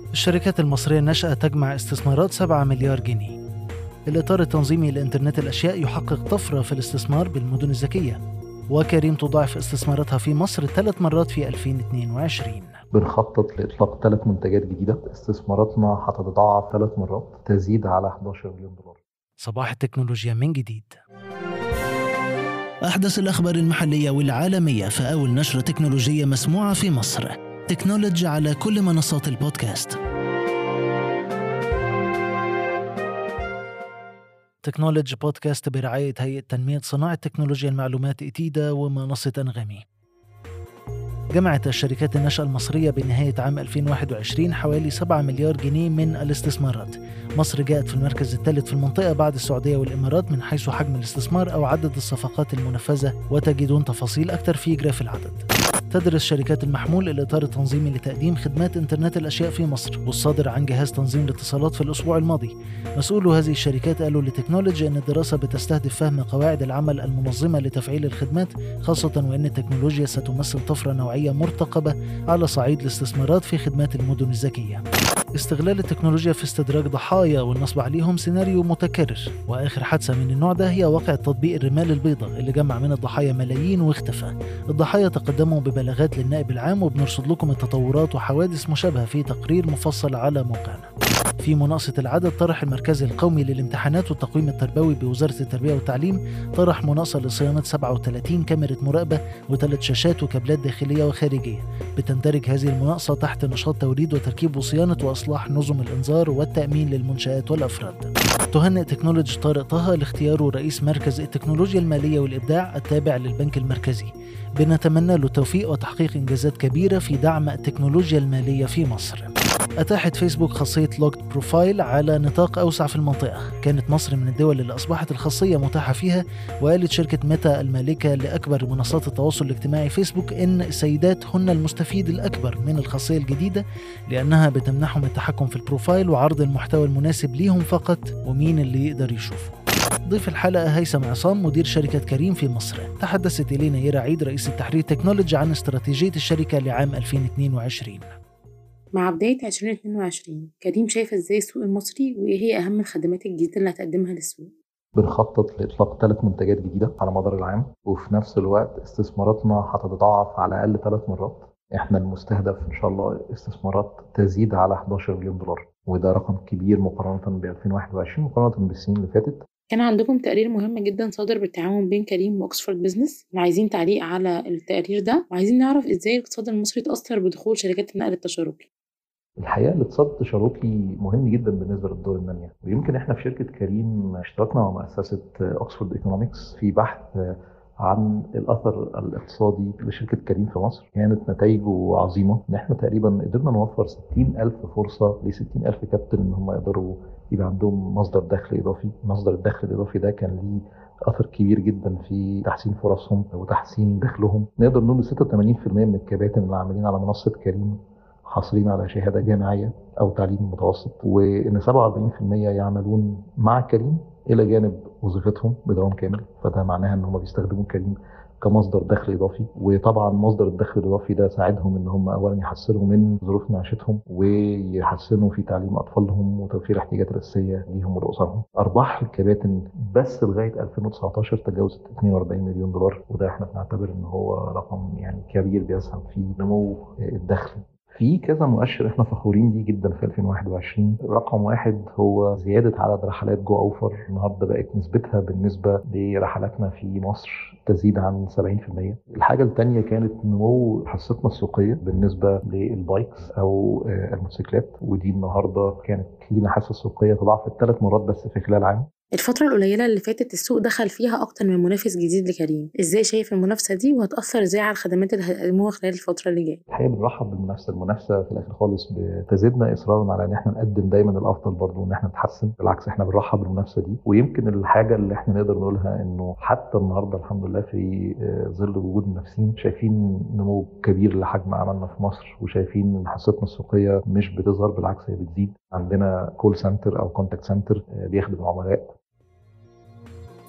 الشركات المصرية الناشئة تجمع استثمارات 7 مليار جنيه. الإطار التنظيمي لإنترنت الأشياء يحقق طفرة في الاستثمار بالمدن الذكية. وكريم تضاعف استثماراتها في مصر 3 مرات في 2022. بنخطط لإطلاق 3 منتجات جديدة، استثماراتنا هتتضاعف 3 مرات تزيد على 11 مليون دولار. صباح التكنولوجيا من جديد. أحدث الأخبار المحلية والعالمية في أول نشرة تكنولوجية مسموعة في مصر. تكنولوجي على كل منصات البودكاست. تكنولوجي بودكاست برعاية هيئة تنمية صناعة تكنولوجيا المعلومات إتيدا ومنصة أنغامي. جمعت الشركات الناشئة المصرية بنهاية عام 2021 حوالي 7 مليار جنيه من الاستثمارات. مصر جاءت في المركز الثالث في المنطقة بعد السعودية والإمارات من حيث حجم الاستثمار أو عدد الصفقات المنفذة، وتجدون تفاصيل أكثر في جراف العدد. تدرس شركات المحمول الإطار التنظيمي لتقديم خدمات إنترنت الأشياء في مصر، والصادر عن جهاز تنظيم الاتصالات في الأسبوع الماضي. مسؤولو هذه الشركات قالوا لتكنولوجي أن الدراسة بتستهدف فهم قواعد العمل المنظمة لتفعيل الخدمات، خاصة وأن التكنولوجيا ستمثل طفرة نوعية مرتقبة على صعيد الاستثمارات في خدمات المدن الذكية. استغلال التكنولوجيا في استدراج ضحايا والنصب عليهم سيناريو متكرر، وآخر حادثة من النوع ده هي واقع تطبيق الرمال البيضاء اللي جمع من الضحايا ملايين واختفى. الضحايا تقدموا ببلاغات للنائب العام، وبنرصد لكم التطورات وحوادث مشابهة في تقرير مفصل على موقعنا. في مناقصة العدد، طرح المركز القومي للامتحانات والتقويم التربوي بوزارة التربية والتعليم طرح مناقصة لصيانة 37 كاميرا مراقبة و3 شاشات وكابلات داخلية وخارجية. بتندرج هذه المناقصة تحت نشاط توريد وتركيب وصيانة وإصلاح نظم الإنذار والتأمين للمنشآت والأفراد. تهنئ تكنولوجي طارق طه لاختياره رئيس مركز التكنولوجيا المالية والإبداع التابع للبنك المركزي. بنتمنى له التوفيق وتحقيق إنجازات كبيرة في دعم التكنولوجيا المالية في مصر. أتاحت فيسبوك خاصية لوجد بروفايل على نطاق أوسع في المنطقة. كانت مصر من الدول اللي أصبحت الخاصية متاحة فيها، وقالت شركة ميتا المالكة لأكبر منصات التواصل الاجتماعي فيسبوك إن السيدات هن المستفيد الأكبر من الخاصية الجديدة، لأنها بتمنحهم التحكم في البروفايل وعرض المحتوى المناسب ليهم فقط ومين اللي يقدر يشوفه. ضيف الحلقة هيثم عصام مدير شركة كريم في مصر. تحدثت إلينا يرا عيد رئيس التحرير تكنولوجي عن استراتيجية الشركة لعام 2022. مع بداية 2022 كريم شايفة ازاي السوق المصري وايه هي أهم الخدمات الجديدة اللي هتقدمها للسوق؟ بنخطط لإطلاق 3 منتجات جديدة على مدار العام، وفي نفس الوقت استثماراتنا هتتضاعف على الأقل 3 مرات. احنا المستهدف إن شاء الله استثمارات تزيد على 11 مليون دولار، وده رقم كبير مقارنة ب 2021 مقارنة بالسنين اللي فاتت. كان عندكم تقرير مهم جدا صادر بالتعاون بين كريم وأكسفورد بيزنس، عايزين تعليق على التقرير ده، وعايزين نعرف ازاي الاقتصاد المصري اتأثر بدخول شركات النقل التشاركي. الحقيقة الاقتصاد التشاركي مهم جدا بالنسبة للدول النامية، ويمكن احنا في شركة كريم اشتركنا مع مؤسسة اوكسفورد ايكونومكس في بحث عن الاثر الاقتصادي لشركة كريم في مصر. كانت نتائجه عظيمة، ان احنا تقريبا قدرنا نوفر 60,000 فرصة ل 60,000 كابتن ان هم يقدروا يبقى عندهم مصدر دخل اضافي. مصدر الدخل الاضافي ده كان ليه اثر كبير جدا في تحسين فرصهم وتحسين دخلهم. نقدر نقول 86% من الكباتن اللي عاملين على منصة كريم حاصلين على شهادة جامعية أو تعليم متوسط، وإن 47% يعملون مع كريم إلى جانب وظيفتهم بدوام كامل. فده معناها إن هم بيستخدموا كريم كمصدر دخل إضافي. وطبعا مصدر الدخل الإضافي ده ساعدهم إن هم أولا يحسنوا من ظروف معيشتهم، ويحسنوا في تعليم أطفالهم وتوفير الاحتياجات الأساسية ليهم ولأسرهم. أرباح الكباتن بس لغاية 2019 تجاوزت 42 مليون دولار، وده احنا بنعتبر إن هو رقم يعني كبير بيسهم في نمو الدخل. في كذا مؤشر احنا فخورين بيه جدا في 2021. رقم واحد هو زيادة عدد رحلات جو اوفر. النهارده بقت نسبتها بالنسبة لرحلاتنا في مصر تزيد عن 70%. الحاجة الثانية كانت نمو حصتنا السوقية بالنسبة للبايكس او الموتوسيكلات، ودي النهارده كانت لينا حصة سوقية تضاعفت 3 مرات بس في خلال عام. الفترة القليلة اللي فاتت السوق دخل فيها أكتر من منافس جديد لكريم، ازاي شايف المنافسة دي وهتأثر ازاي على الخدمات اللي هتقدموها خلال الفترة اللي جاية؟ الحقيقه بنرحب بالمنافسه. المنافسه في الاخر خالص بتزيدنا اصرارا على ان احنا نقدم دايما الافضل برضه، وان احنا نتحسن. بالعكس احنا بنرحب بالمنافسه دي. ويمكن الحاجه اللي احنا نقدر نقولها انه حتى النهارده الحمد لله في ظل وجود المنافسين شايفين نمو كبير لحجم عملنا في مصر، وشايفين ان حصتنا السوقيه مش بتظهر، بالعكس هي بتزيد. عندنا كول سنتر او كونتاكت سنتر بيخدم العملاء.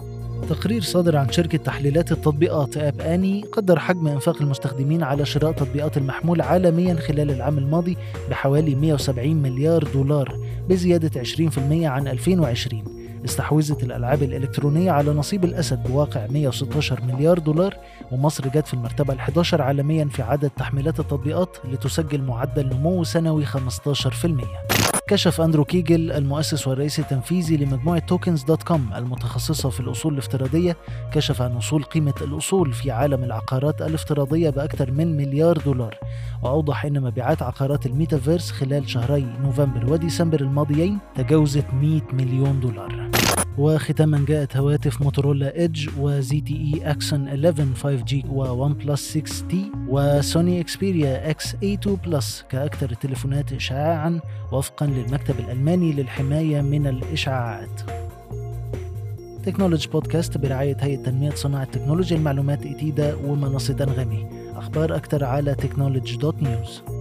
تقرير صادر عن شركة تحليلات التطبيقات آب آني قدر حجم إنفاق المستخدمين على شراء تطبيقات المحمول عالمياً خلال العام الماضي بحوالي 170 مليار دولار، بزيادة 20% عن 2020. استحوذت الألعاب الإلكترونية على نصيب الأسد بواقع 116 مليار دولار، ومصر جت في المرتبة ال11 عالمياً في عدد تحميلات التطبيقات لتسجل معدل نمو سنوي 15%. كشف أندرو كيجل المؤسس والرئيس التنفيذي لمجموعة Tokens.com المتخصصة في الأصول الافتراضية، كشف عن وصول قيمة الأصول في عالم العقارات الافتراضية بأكثر من مليار دولار، وأوضح أن مبيعات عقارات الميتافيرس خلال شهري نوفمبر وديسمبر الماضيين تجاوزت 100 مليون دولار. وختاما جاءت هواتف موتورولا إيدج وZTE أكسون 11 5G وون بلس 6T وسوني إكسبيريا XA2 بلس كأكثر التليفونات إشعاعا وفقا للمكتب الألماني للحماية من الإشعاعات. تكنولوجي بودكاست برعاية هيئة تنمية صناعة تكنولوجيا المعلومات إتيدا ومنصة أنغامي. أخبار أكثر على technology.news.